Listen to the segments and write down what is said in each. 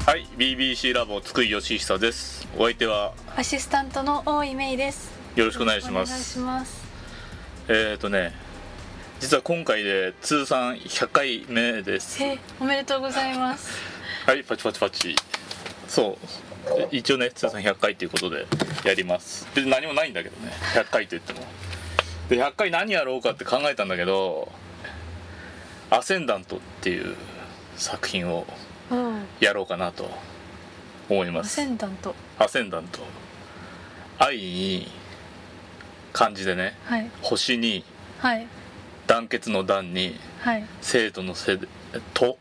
はい、BBC ラボ津久井義久です。お相手はアシスタントの大井芽衣です。 よろしくお願いします。 お願いします。 実は今回で通算100回目です。 おめでとうございます。 はい、パチパチパチ。そう、一応ね通算100回ということでやります。別に何もないんだけどね、100回といっても。で100回何やろうかって考えたんだけど、アセンダントっていう作品をやろうかなと思います。 アセンダント。 愛に漢字でね、 はい、 星に、 はい、 団結の団に、 はい、 生徒の生と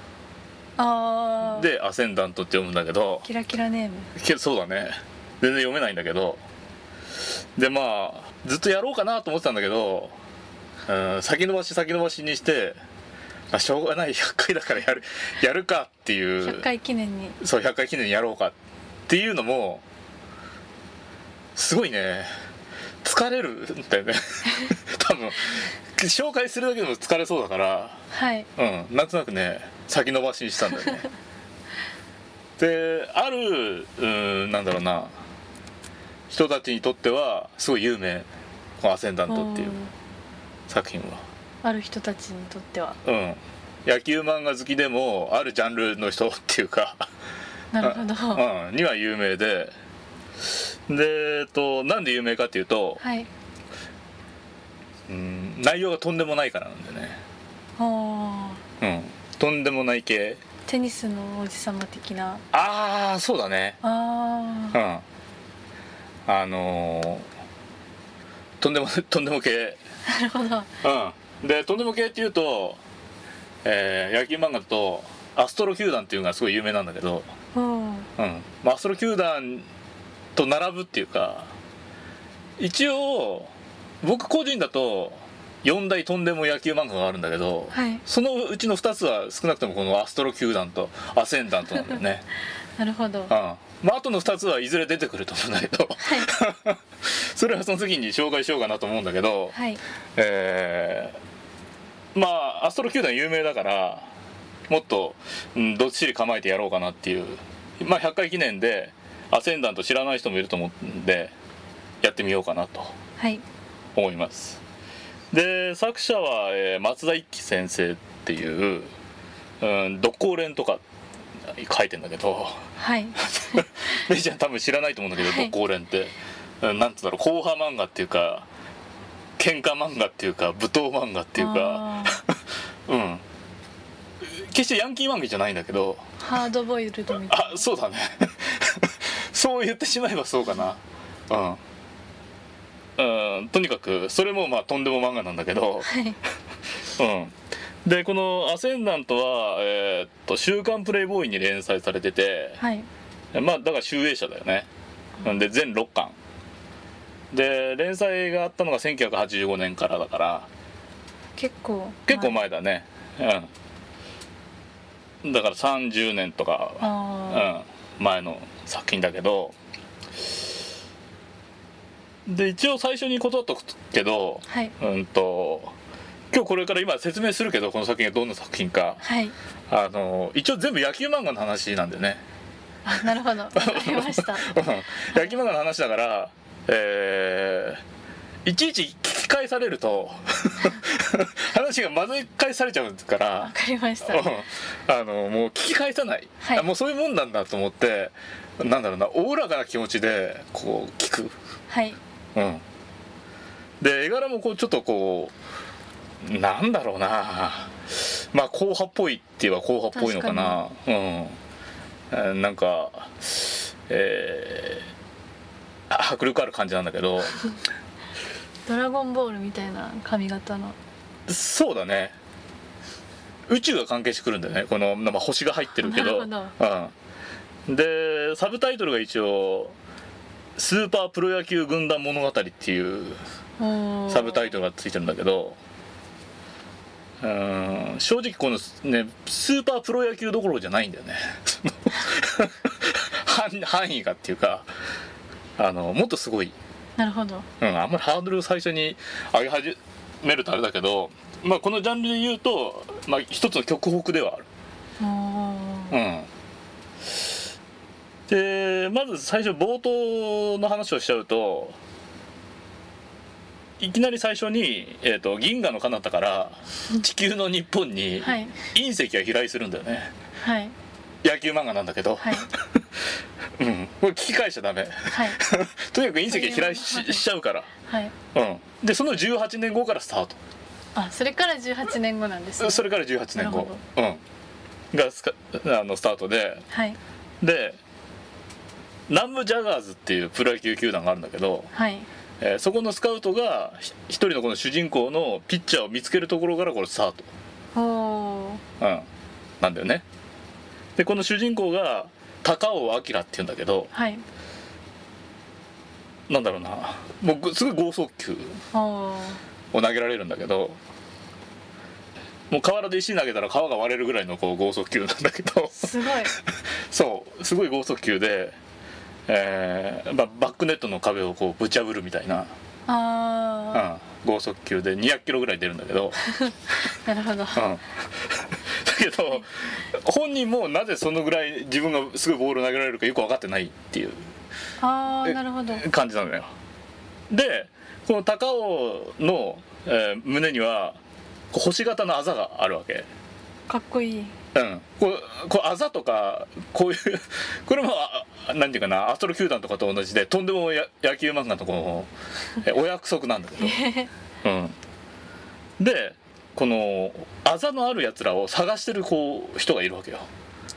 でアセンダントって読むんだけど、 キラキラネーム。 そうだね、全然読めないんだけど、でまあずっとやろうかなと思ってたんだけど、先延ばしにして、しょうがない、100回だからやるかっていう、 100回記念に、 そう100回記念にやろうかっていうのもすごいね、疲れるんだよね多分紹介するだけでも疲れそうだから、 はい、 なんとなくね先延ばしにしたんだよねであるなんだろうな、人たちにとってはすごい有名、このアセンダントっていう作品は。 ある人たちにとっては、 野球漫画好きでもあるジャンルの人っていうかなるほど、 には有名で、なんで有名かっていうと、 はい、 内容がとんでもないからなんでね。とんでもない系、 テニスの王子様的な。 そうだね。とんでも系。 なるほど。 でとんでも系っていうと、野球漫画だとアストロ球団っていうのがすごい有名なんだけど、アストロ球団と並ぶっていうか、一応僕個人だと4大とんでも野球漫画があるんだけど、 はい、 そのうちの2つは少なくともこのアストロ球団とアセンダントなんだよねなるほど。 あとの2つはいずれ出てくると思うんだけど、はい、それはその次に紹介しようかなと思うんだけど、 はい、 アストロ球団有名だからもっと、どっしり構えてやろうかなっていう、100回記念でアセンダント知らない人もいると思うんでやってみようかなと思います。で作者は、松田一樹先生っていう、独行連とか書いてんだけど、 はい、 メイちゃん多分知らないと思うんだけど、独行連ってなんつうんだろう、硬派漫画っていうか喧嘩漫画っていうか武闘漫画っていうか決してヤンキー漫画じゃないんだけど、 ハードボイルドみたいな。 そうだねそう言ってしまえばそうかな。とにかくそれもとんでも漫画なんだけど、 はい、 でこのアセンダントは、週刊プレイボーイに連載されてて、 はい、 だから集英社だよね。で全6巻で連載があったのが1985年からだから結構前だね。だから30年とか、前の作品だけど、で一応最初に断っとくけど、 はい、 今日これから今説明するけど、この作品がどんな作品か、 はい、 一応全部野球漫画の話なんでね。 なるほど、わかりました野球漫画の話だから、いちいち聞き返されると話がまずい返されちゃうから、 わかりました。 もう聞き返さない、 はい、 もうそういうもんなんだと思って、なんだろうな、おおらかな気持ちでこう聞く。 はい、 で絵柄もこうちょっとこうなんだろうな、硬派っぽいって言えば硬派っぽいのかな。なんか迫力ある感じなんだけどドラゴンボールみたいな髪型の。 そうだね、宇宙が関係してくるんだよね、この、星が入ってるけど。でサブタイトルが一応スーパープロ野球軍団物語っていうサブタイトルがついてるんだけど、正直このねスーパープロ野球どころじゃないんだよね範囲がっていうか、もっとすごい。 なるほど。 あんまりハードルを最初に上げ始めるとあれだけど、このジャンルで言うと、一つの極北ではある。 でまず最初冒頭の話をしちゃうと、いきなり最初に、銀河の彼方から地球の日本にはい隕石が飛来するんだよね。 はい野球漫画なんだけど、 はいうん、これ聞き返しちゃダメはいとにかく隕石が飛来 しちゃうから、 はい。 うん、でその18年後からスタート、 あ、それから18年後なんですね。 それから18年後なる、 うん、がスタートで、 はいで南部ジャガーズっていうプロ野球球団があるんだけど、 はいそこのスカウトが一人のこの主人公のピッチャーを見つけるところからこれスタート、 おーうん、なんだよね。でこの主人公が高尾明っていうんだけど、 はいなんだろうな、もうすごい剛速球おーを投げられるんだけど、もう河原で石投げたら皮が割れるぐらいのこう剛速球なんだけどすごいそうすごい剛速球で、バックネットの壁をこうぶち破るみたいな、 あ剛速球で200キロぐらい出るんだけど、 ーなるほどだけど本人もなぜそのぐらい自分がすごいボールを投げられるかよく分かってないっていうあーなるほど感じなのよ。でこの高尾の、胸にはこう星型のあざがあるわけ。 かっこいいこうあざとかこういうこれもなんていうかな、アストロ球団とかと同じでとんでも野球漫画のこうお約束なんだけど、でこのあざのあるやつらを探してるこう人がいるわけよ。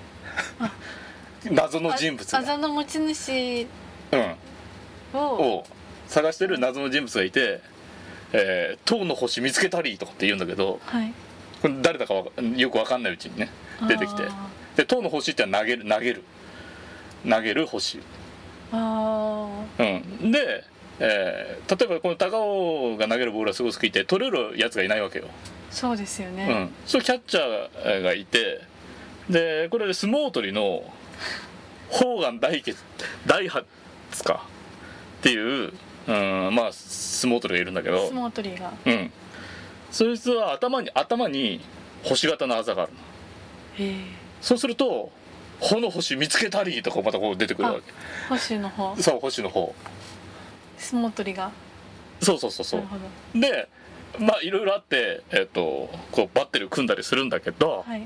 謎の人物があざの持ち主をを探してる謎の人物がいて、塔の星見つけたりとかって言うんだけど、 はいこれ誰だかよく分かんないうちにね出てきて、 あで塔の星ってのは投げる星、 あで、例えばこの高尾が投げるボールはすごく好きで取れるやつがいないわけよ。 そうですよね、 そうキャッチャーがいて、でこれで相撲取りの砲丸大八かっていう、まあ相撲取りがいるんだけど、 相撲取りがそいつは頭に星型のあざがあるの。 へえそうすると「ほの星見つけたり」とかまたこう出てくるわけ。 星の方そう星の方、 相撲取りがそうなるほどでまあいろいろあって、こうバッテリーを組んだりするんだけど、 はい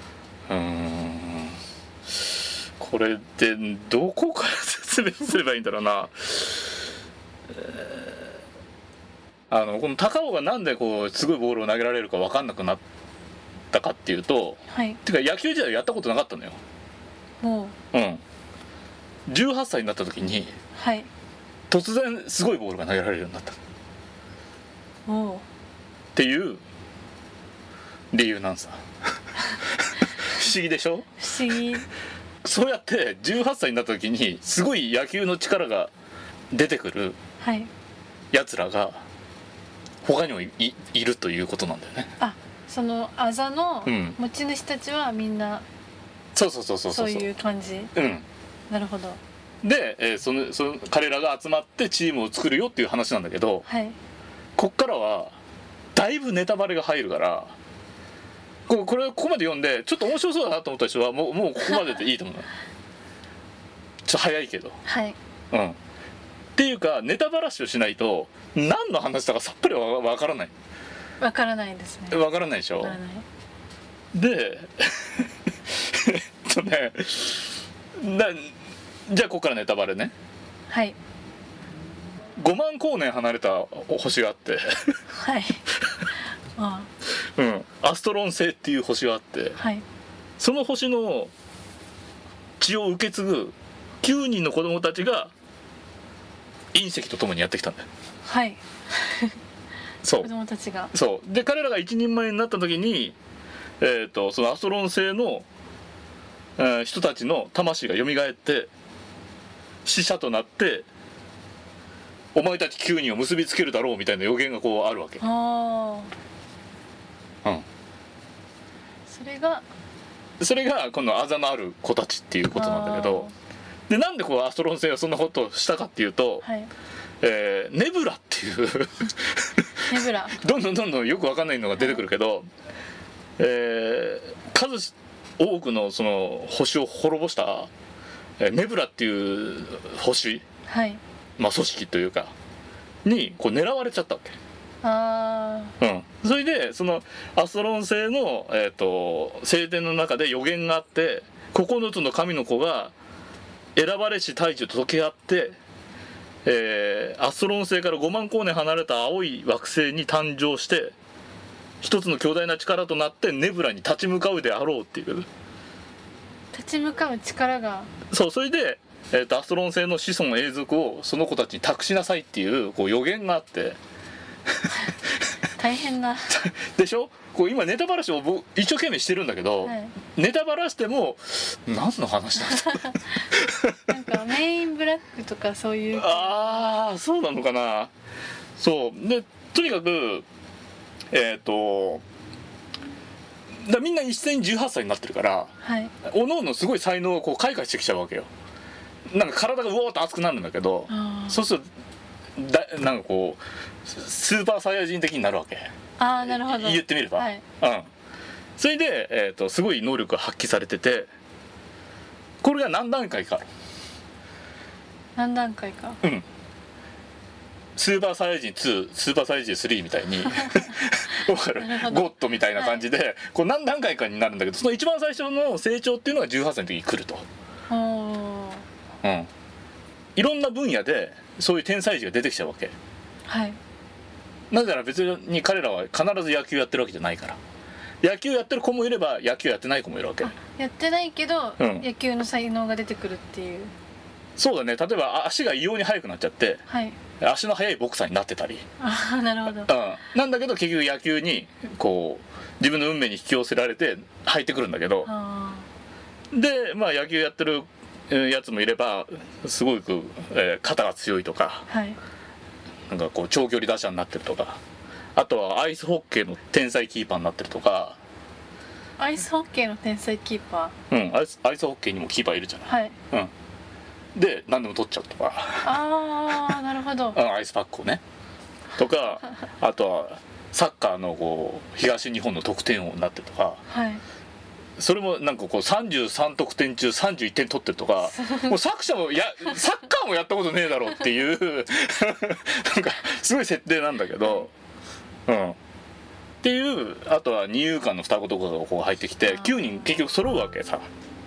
これでどこから説明すればいいんだろうな。この高尾がなんでこうすごいボールを投げられるか分かんなくなったかっていうと、 はいてか野球時代やったことなかったのよ。 も 18歳になった時にうはい突然すごいボールが投げられるようになったっもうていう理由なんさ不思議でしょ。 不思議そうやって18歳になった時にすごい野球の力が出てくるはいやつらが他にも いるということなんだよね。 あそのあざのうん持ち主たちはみんなそうそういう感じなるほどで、その彼らが集まってチームを作るよっていう話なんだけど、 はいこっからはだいぶネタバレが入るからここまで読んでちょっと面白そうだなと思った人はもうここまででいいと思うちょっと早いけど、 はいっていうかネタばらしをしないと何の話だかさっぱりわからないわからないですねわからないでしょ。 わからないでねじゃあここからネタバレね。 はい 5万光年離れた星があってはいあアストロン星っていう星があってはいその星の血を受け継ぐ9人の子供たちが隕石と共にやってきたんだよ。 はいそう子供たちがそうで彼らが一人前になった時に、そのアストロン星の、人たちの魂が蘇って死者となってお前たち9人を結びつけるだろうみたいな予言がこうあるわけ。 ああそれがこのあざのある子たちっていうことなんだけど、でなんでこうアストロン星はそんなことをしたかっていうと、 はいネブラっていうネブラどんどんよく分かんないのが出てくるけど、数多くのその星を滅ぼした、 ネブラっていう星、 はいまあ、組織というかにこう狙われちゃったわけ。 あそれでそのアストロン星の、聖典の中で予言があって、9つの神の子が選ばれし大樹と溶け合って、アストロン星から5万光年離れた青い惑星に誕生して、一つの強大な力となってネブラに立ち向かうであろうっていう。 立ち向かう力が。 そう、それで、アストロン星の子孫永続をその子たちに託しなさいっていうこう予言があって大変なでしょ。こう今ネタバラシを僕一生懸命してるんだけど、 はい、 ネタバラしても何の話なんだなんかメインブラックとかそういうああそうなのかな。そうで、とにかくだみんな一斉に18歳になってるから、 はい、 おのおのすごい才能をこう開花してきちゃうわけよ。なんか体がうおーっと熱くなるんだけど、そうするとなんかこうスーパーサイヤ人的になるわけ。 ああなるほど。 言ってみれば、 はい、 それで、すごい能力が発揮されてて、これが何段階かある。 何段階か。 スーパーサイヤ人2、スーパーサイヤ人3みたいにわかる、ゴッドみたいな感じで、こう何段階かになるんだけど、その一番最初の成長っていうのが18歳の時に来ると。いろんな分野でそういう天才児が出てきちゃうわけ。 はい。 なぜなら別に彼らは必ず野球やってるわけじゃないから。野球やってる子もいれば野球やってない子もいるわけ。 やってないけど、野球の才能が出てくるっていう。 そうだね。例えば足が異様に速くなっちゃって、 はい、 足の速いボクサーになってたり、 なるほど、 なんだけど結局野球にこう自分の運命に引き寄せられて入ってくるんだけど、でまあ野球やってるやつもいればすごく、肩が強いとか、 はい、 なんかこう長距離打者になってるとか、あとはアイスホッケーの天才キーパーになってるとか。 アイスホッケーの天才キーパー、アイスホッケーにもキーパーいるじゃない。 はい、 で何でも取っちゃうとか。 ああなるほど。 アイスパックをねとか、あとはサッカーのこう東日本の得点王になってるとか、 はい、それもなんかこう33得点中31点取ってるとかもう作者もサッカーもやったことねえだろうっていうなんかすごい設定なんだけど、っていう。あとは二遊間の双子とかがこう入ってきて9人結局揃うわけさ。